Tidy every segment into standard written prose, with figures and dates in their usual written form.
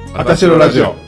あたしろラジオ。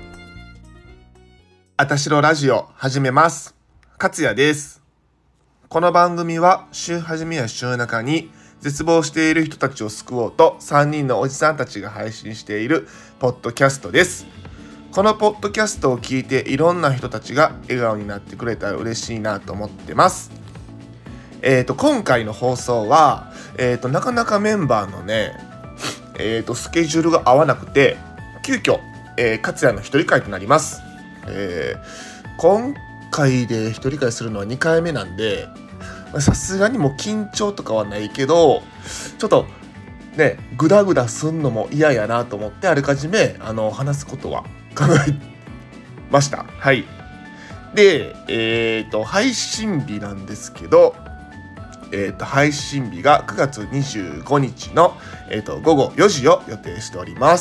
あたしろラジオ始めます。勝也です。この番組は週始めや週中に絶望している人たちを救おうと3人のおじさんたちが配信しているポッドキャストです。このポッドキャストを聞いていろんな人たちが笑顔になってくれたら嬉しいなと思ってます。今回の放送は、なかなかメンバーのね、スケジュールが合わなくて急遽、勝也の一人会となります。今回で一人会するのは2回目なんで、さすがにもう緊張とかはないけど、ちょっとねグダグダすんのも嫌やなと思ってあらかじめ話すことは考えました。はい。で、配信日なんですけど、配信日が9月25日の、午後4時を予定しております。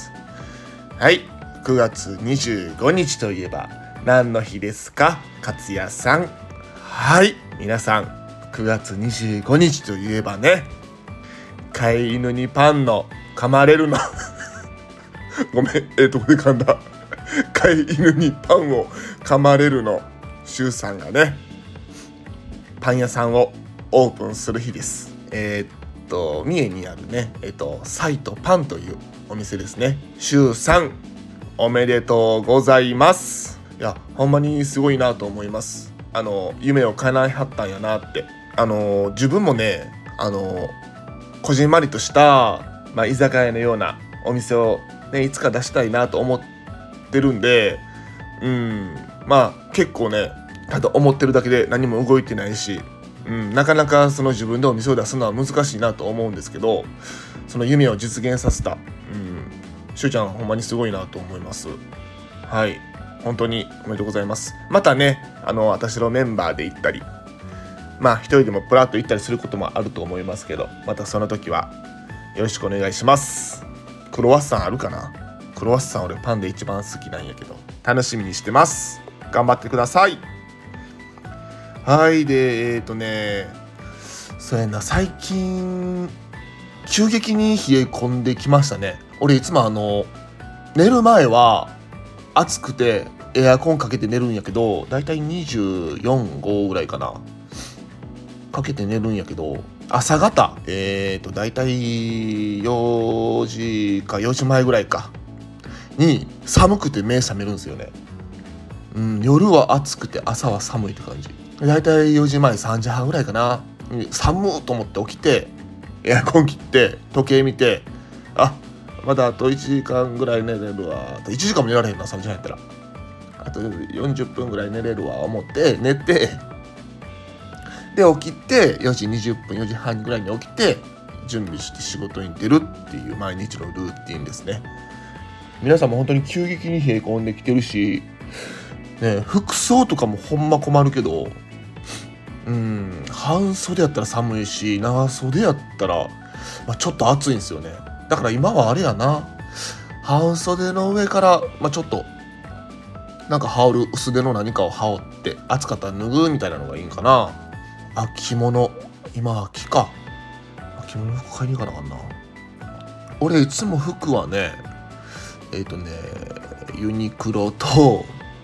はい。9月25日といえば何の日ですか、勝也さん。はい。皆さん、9月25日といえばね、飼い犬にパンの噛まれるのごめん、ここで噛んだ。飼い犬にパンを噛まれるのシュウさんがね、パン屋さんをオープンする日です。三重にあるね、サイトパンというお店ですね。シュウさん、おめでとうございます。いや、ほんまにすごいなと思います。夢を叶えはったんやなって。自分もね、こじんまりとした、居酒屋のようなお店をね、いつか出したいなと思ってるんで、結構ね、ただ思ってるだけで何も動いてないし、なかなかその自分でお店を出すのは難しいなと思うんですけど、その夢を実現させた、しゅうちゃんほんまにすごいなと思います。はい、本当におめでとうございます。またね、私のメンバーで行ったり、一人でもプラッと行ったりすることもあると思いますけど、またその時はよろしくお願いします。クロワッサンあるかな。クロワッサン俺パンで一番好きなんやけど、楽しみにしてます。頑張ってください。はい。でそうやな、最近急激に冷え込んできましたね。俺いつも寝る前は暑くてエアコンかけて寝るんやけど、だいたい24、5ぐらいかなかけて寝るんやけど、朝方だいたい4時か4時前ぐらいかに寒くて目覚めるんですよね。夜は暑くて朝は寒いって感じ。だいたい4時前3時半ぐらいかな、寒いと思って起きてエアコン切って時計見て、まだあと1時間ぐらい寝れるわ、1時間も寝られへんな、3時半やったらあと40分ぐらい寝れるわ思って寝て、で起きて4時20分4時半ぐらいに起きて準備して仕事に出るっていう毎日のルーティンですね。皆さんも本当に急激に冷え込んできてるし、服装とかもほんま困るけど、半袖やったら寒いし、長袖やったら、ちょっと暑いんですよね。だから今はあれやな、半袖の上から、ちょっとなんか羽織る薄手の何かを羽織って暑かったら脱ぐみたいなのがいいんかな。秋物、今秋か、秋物服買いに行かなあかんな。俺いつも服はね、ユニクロと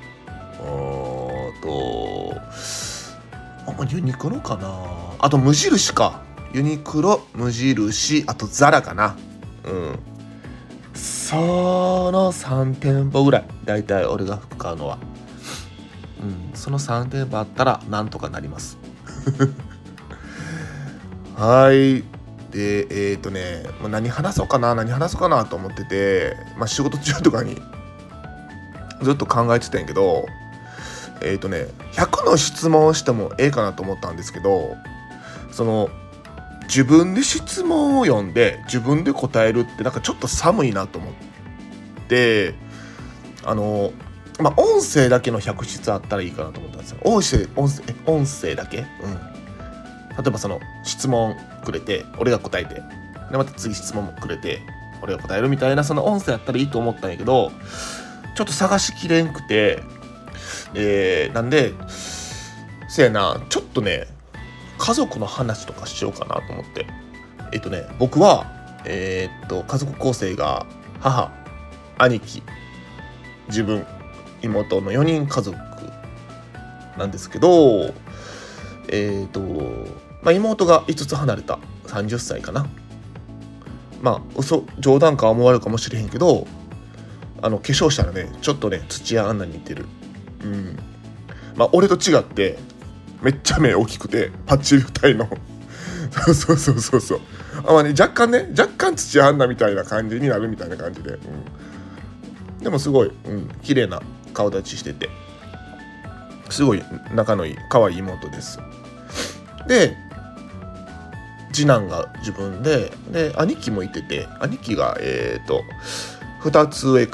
ユニクロかな、あと無印か、ユニクロ、無印、あとザラかな。その3店舗ぐらいだいたい俺が服買うのは、その3店舗あったらなんとかなりますはい。で何話そうかなと思ってて、仕事中とかにずっと考えてたんやけど、100の質問してもええかなと思ったんですけど、その自分で質問を読んで自分で答えるってなんかちょっと寒いなと思って、音声だけの100質あったらいいかなと思ったんですよ。音声だけ、例えばその質問くれて俺が答えて、でまた次質問もくれて俺が答えるみたいな、その音声やったらいいと思ったんやけど、ちょっと探しきれんくて、なんでせやな、ちょっとね家族の話とかしようかなと思って。僕は家族構成が母、 兄貴、自分、妹の4人家族なんですけど、妹が5つ離れた30歳かな。冗談か思われるかもしれへんけど、化粧したらねちょっとね土屋アンナに似てる。俺と違ってめっちゃ目大きくてパッチリ二重のそう若干土屋アンナみたいな感じになるみたいな感じで、でもすごい、綺麗な顔立ちしててすごい仲のいい可愛い妹です。で次男が自分で兄貴もいてて、兄貴が2つ上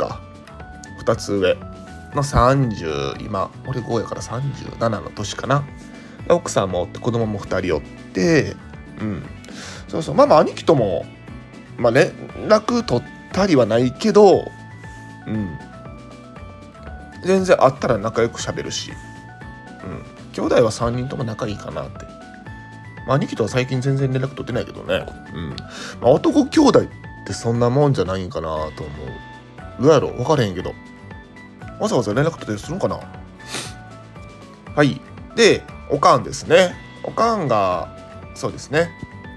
の30、今俺5やから37の年かな。奥さんもおって子供も2人おって、兄貴とも連絡取ったりはないけど、全然会ったら仲良く喋るし、兄弟は3人とも仲いいかなって。兄貴とは最近全然連絡取ってないけどね。男兄弟ってそんなもんじゃないんかなと思う。どうやろ分からへんけど、わざわざ連絡取ったりするんかな。はい。でおかんですね。おかんがそうですね、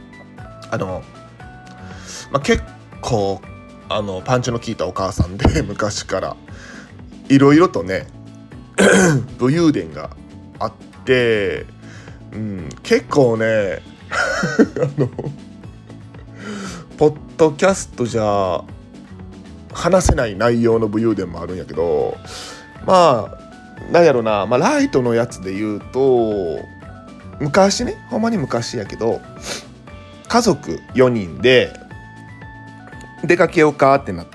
結構パンチの効いたお母さんで昔からいろいろとね武勇伝があって、結構ねポッドキャストじゃ話せない内容の武勇伝もあるんやけど、なんやろな、ライトのやつで言うと昔ね、ほんまに昔やけど、家族4人で出かけようかってなって、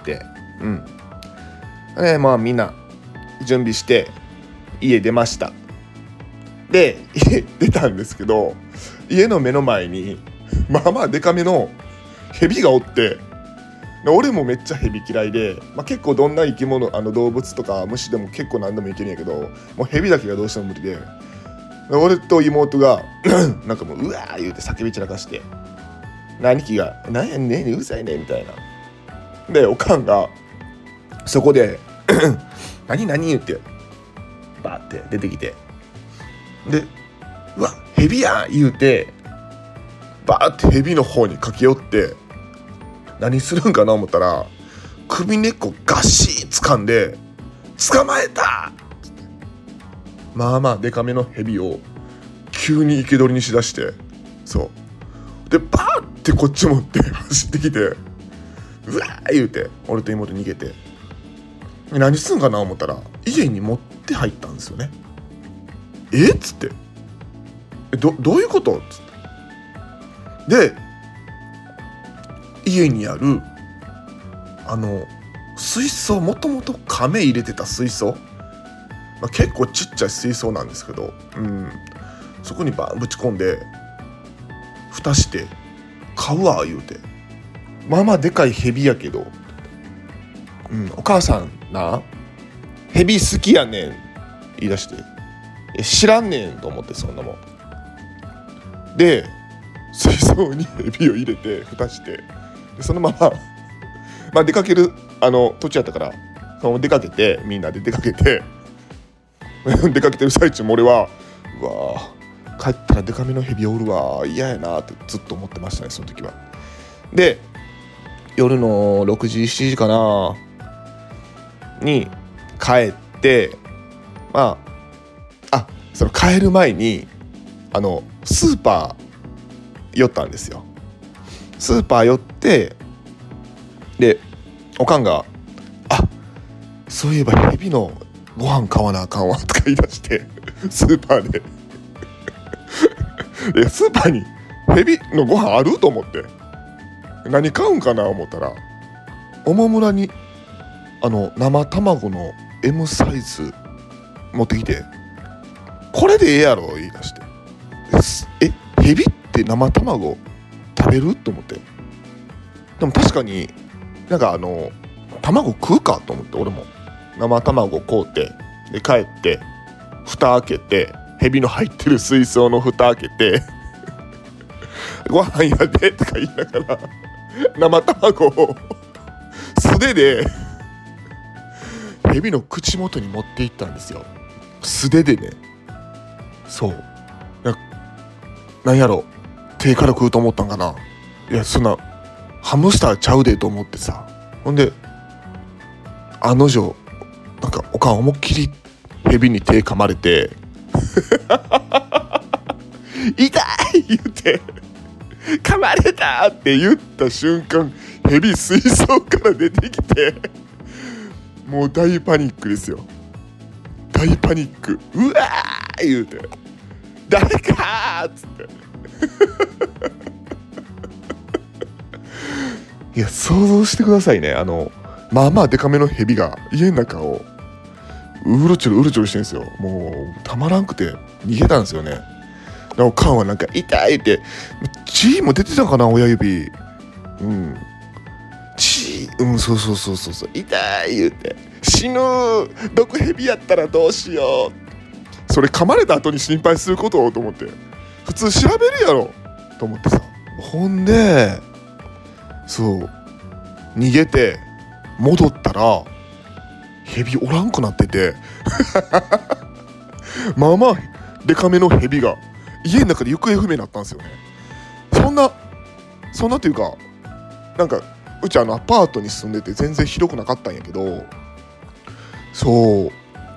みんな準備して家出ました。で家出たんですけど、家の目の前にデカめのヘビがおって、俺もめっちゃヘビ嫌いで、結構どんな生き物動物とか虫でも結構何でもいけるんやけど、もうヘビだけがどうしても無理で、俺と妹がなんかもううわー言うて叫び散らかして、兄貴がなんやねんうるさいねみたいな。でおかんがそこで何言ってバーって出てきて、でうわヘビやん言うてバーってヘビの方に駆け寄って何するんかな思ったら、首根っこガシー掴んで捕まえたってデカめのヘビを急に生け捕りにしだして、そうでバーってこっち持って走ってきて、うわー言うて俺と妹逃げて、何すんかな思ったら家に持って入ったんですよね。っつってどういうことっつってで、家にある水槽、もともと亀入れてた水槽、結構ちっちゃい水槽なんですけど、そこにバンぶち込んで蓋して買うわ言うて、でかいヘビやけど、お母さんなヘビ好きやねん言い出して、知らんねんと思って、そんなもんで水槽にヘビを入れて蓋して、でそのまま出かける途中やったから、その出かけてみんなで出かけて出かけてる最中も俺はうわ帰ったらデカめのヘビおるわ嫌やなってずっと思ってましたね、その時は。で夜の6時7時かなに帰って、その帰る前にスーパー寄ったんですよ。スーパー寄ってでおかんがそういえばヘビのご飯買わなあかんわとか言い出してスーパーでスーパーにヘビのご飯あると思って何買うんかな思ったら、おもむらに生卵の M サイズ持ってきて、これでええやろ言い出して、ヘビって生卵食べると思って、でも確かになんか卵食うかと思って、俺も生卵買うてで帰って蓋開けて、ヘビの入ってる水槽の蓋開けてご飯やでとか言いながら生卵を素手で蛇の口元に持っていったんですよ。素手でね。そうなんやろ、手から食うと思ったんかな。いや、そんなハムスターちゃうでと思ってさ。ほんで案の定なんかおかん思いっきり蛇に手噛まれて痛い言って噛まれたって言った瞬間、蛇水槽から出てきてもう大パニックですよ。大パニック。うわー言うて、誰かーっつっていや、想像してくださいね。まあまあデカめの蛇が家の中をうろちょろしてるんですよ。もうたまらんくて逃げたんですよね。おかんはなんか痛いって血も出てたかな、親指。血、そう痛い言うて、死ぬ、毒蛇やったらどうしよう。それ噛まれた後に心配することをと思って、普通調べるやろと思ってさ。ほんでそう逃げて戻ったら蛇おらんくなっててまあまあデカめの蛇が家の中で行方不明になったんですよね。そんなというか、なんかうちアパートに住んでて全然広くなかったんやけど、そう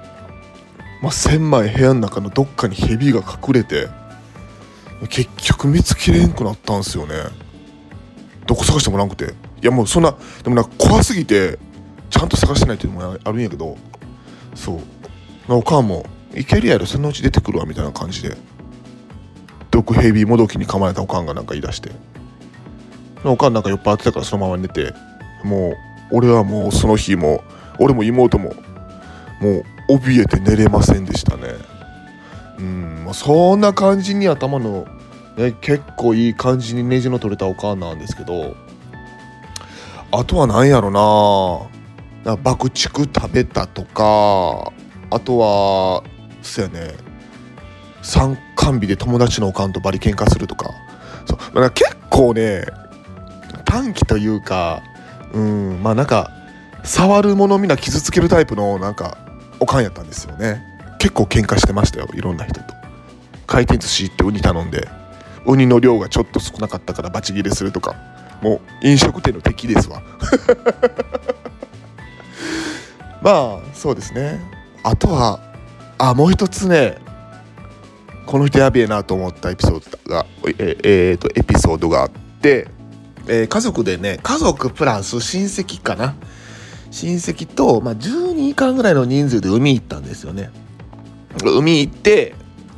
狭い部屋の中のどっかに蛇が隠れて、結局見つけれんくなったんですよね。どこ探してもなくて、いやもうそんな、でもなんか怖すぎてちゃんと探してないっていうのもあるんやけど、そうおかんもいけるやろ、そのうち出てくるわみたいな感じで、毒蛇もどきに噛まれたおかんがなんか言い出して、おかんなんか酔っ払ってたからそのまま寝て、もう俺はもうその日も俺も妹ももう怯えて寝れませんでしたね。そんな感じに頭の、ね、結構いい感じにネジの取れたおかんなんですけど、あとは何やろな、爆竹食べたとか、あとはそうやね、参観日で友達のおかんとバリ喧嘩するとか、結構ね短気というか、なんか触るものみんな傷つけるタイプのなんかおかんやったんですよね。結構喧嘩してましたよ、いろんな人と。回転寿司行ってウニ頼んで、ウニの量がちょっと少なかったからバチ切れするとか、もう飲食店の敵ですわまあそうですね。あとはもう一つね、この人やべえなと思ったエピソードがあって、家族でね、家族プラス親戚かな、親戚と、12時間ぐらいの人数で海行ったんですよね。海行って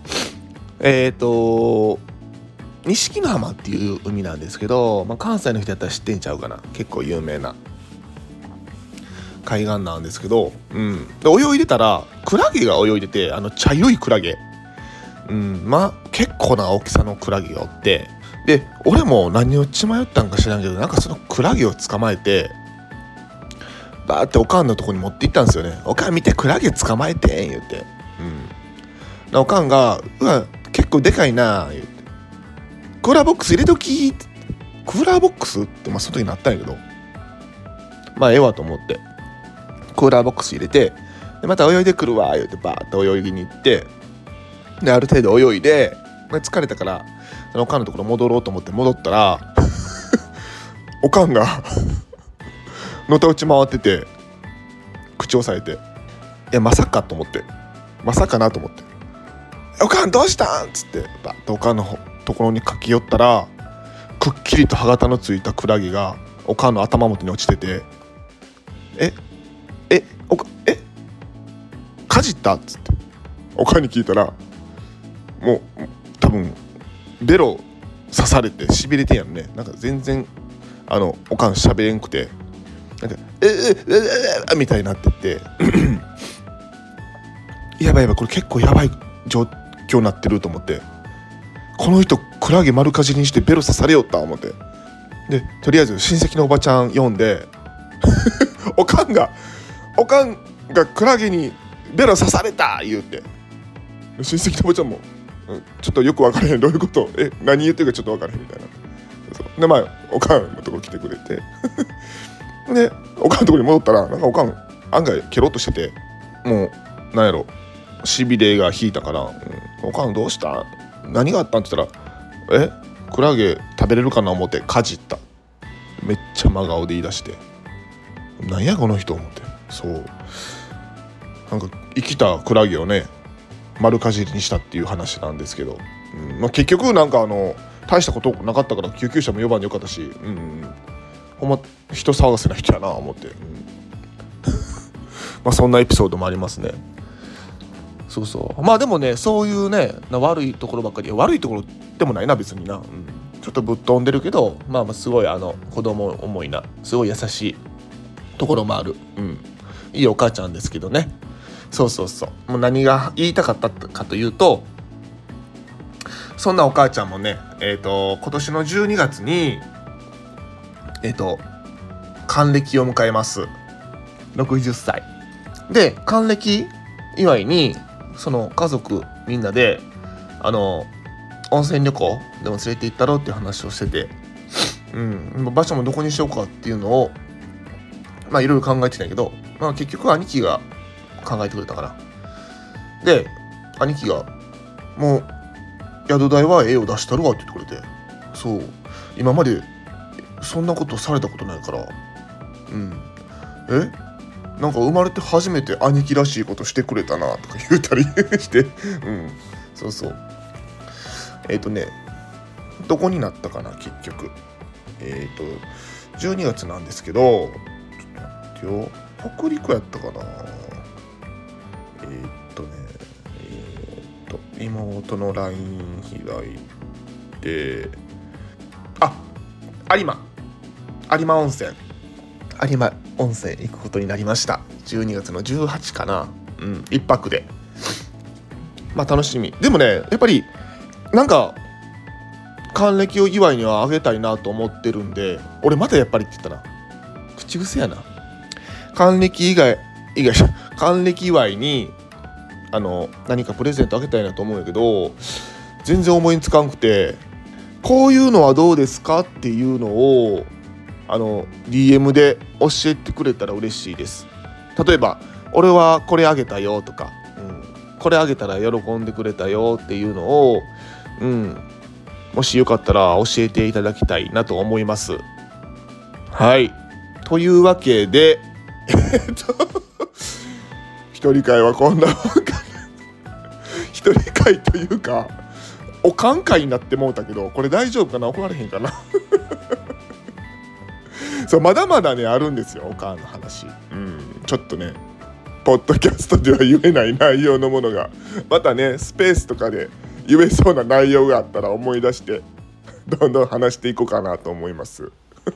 錦の浜っていう海なんですけど、関西の人やったら知ってんちゃうかな、結構有名な海岸なんですけど、で泳いでたらクラゲが泳いでて、茶色いクラゲ、結構な大きさのクラゲがおって、で俺も何を血迷ったんか知らんけど、なんかそのクラゲを捕まえてバーっておかんのとこに持って行ったんですよね。おかん見て、クラゲ捕まえてん言って、おかんがうわ結構でかいな言って、クーラーボックス入れときって。クーラーボックスってその時になったんやけど、ええわと思ってクーラーボックス入れて、でまた泳いでくるわ言ってバーって泳ぎに行って、である程度泳いで疲れたからそのおかんのところ戻ろうと思って戻ったらおかんがのたうち回ってて、口を押さえて、いやまさかと思って、まさかなと思って、おかんどうしたんっつってバッとおかんのところに駆け寄ったら、くっきりと歯型のついたクラゲがおかんの頭元に落ちてて、かじったっつっておかんに聞いたら、もう多分ベロ刺されてしびれてんやんね。なんか全然おかん喋れんくて、なんかみたいになってってやばいこれ結構やばい状況になってると思って、この人クラゲ丸かじりにしてベロ刺されよった思って、でとりあえず親戚のおばちゃん呼んでおかんがクラゲにベロ刺された言うて、親戚のおばちゃんも、ちょっとよく分からへん、どういうこと何言ってるかちょっと分からへんみたいな。そうでおかんのところ来てくれてでおかんのところに戻ったら、なんかおかん案外ケロッとしてて、もうなんやろしびれが引いたから、おかんどうした、何があったんって言ったら、クラゲ食べれるかな思ってかじった。めっちゃ真顔で言い出して、なんやこの人思って、そうなんか生きたクラゲをね丸かじりにしたっていう話なんですけど、結局なんか大したことなかったから救急車も呼ばんでよかったし、ほんま人騒がせな人やな思って、そんなエピソードもありますね。そうそう、でもね、そういうね悪いところばっかり、悪いところでもないな別にな、ちょっとぶっ飛んでるけど、すごい子供思いなすごい優しいところもある、いいお母ちゃんですけどね。そうもう何が言いたかったかというと、そんなお母ちゃんもね、今年の12月に還暦を迎えます。60歳で還暦祝いにその家族みんなで温泉旅行でも連れて行ったろうっていう話をしてて、場所もどこにしようかっていうのをいろいろ考えてたんやけど、結局兄貴が考えてくれたから、で兄貴がもう宿代は絵を出したるわって言ってくれて、そう今までそんなことされたことないから、なんか生まれて初めて兄貴らしいことしてくれたなとか言うたりして、そうどこになったかな結局、12月なんですけど、ちょっと待ってよ、北陸やったかな、妹の LINE 開いて、有馬温泉行くことになりました。12月の18かな、1泊で楽しみ。でもねやっぱりなんか還暦を祝いにはあげたいなと思ってるんで、俺またやっぱりって言ったな、口癖やな。還暦祝いに何かプレゼントあげたいなと思うんやけど、全然思いつかんくて、こういうのはどうですかっていうのをDM で教えてくれたら嬉しいです。例えば俺はこれあげたよとか、これあげたら喜んでくれたよっていうのを、もしよかったら教えていただきたいなと思います。はい、というわけで一人会はこんなもんか一人会というかおかん会になってもうたけど、これ大丈夫かな、怒られへんかなそうまだまだねあるんですよおかんの話、ちょっとねポッドキャストでは言えない内容のものがまたねスペースとかで言えそうな内容があったら思い出してどんどん話していこうかなと思います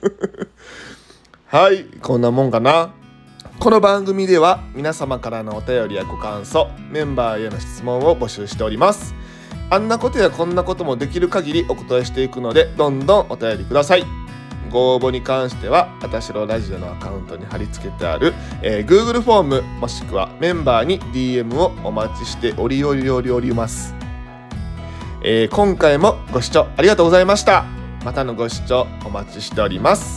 はい、こんなもんかな。この番組では皆様からのお便りやご感想、メンバーへの質問を募集しております。あんなことやこんなこともできる限りお答えしていくので、どんどんお便りください。ご応募に関してはあたしろラジオのアカウントに貼り付けてある、Google フォームもしくはメンバーに DM をお待ちしております。今回もご視聴ありがとうございました。またのご視聴お待ちしております。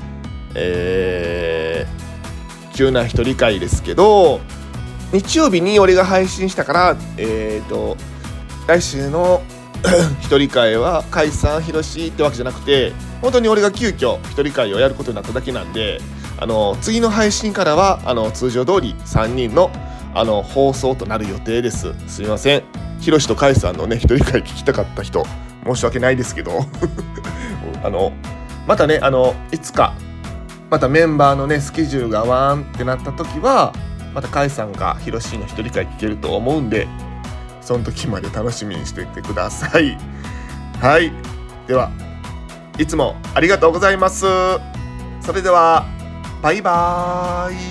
急な一人会ですけど、日曜日に俺が配信したから来週の一人会は解散ひろしってわけじゃなくて、本当に俺が急遽一人会をやることになっただけなんで、次の配信からは通常通り3人の放送となる予定です。すみません、ひろしとかいさんのね一人会聞きたかった人申し訳ないですけどまたねいつかまたメンバーのねスケジュールが合わんってなった時はまたかいさんがひろしの一人会聞けると思うんで、その時まで楽しみにしていてください。はい、ではいつもありがとうございます。それではバイバーイ。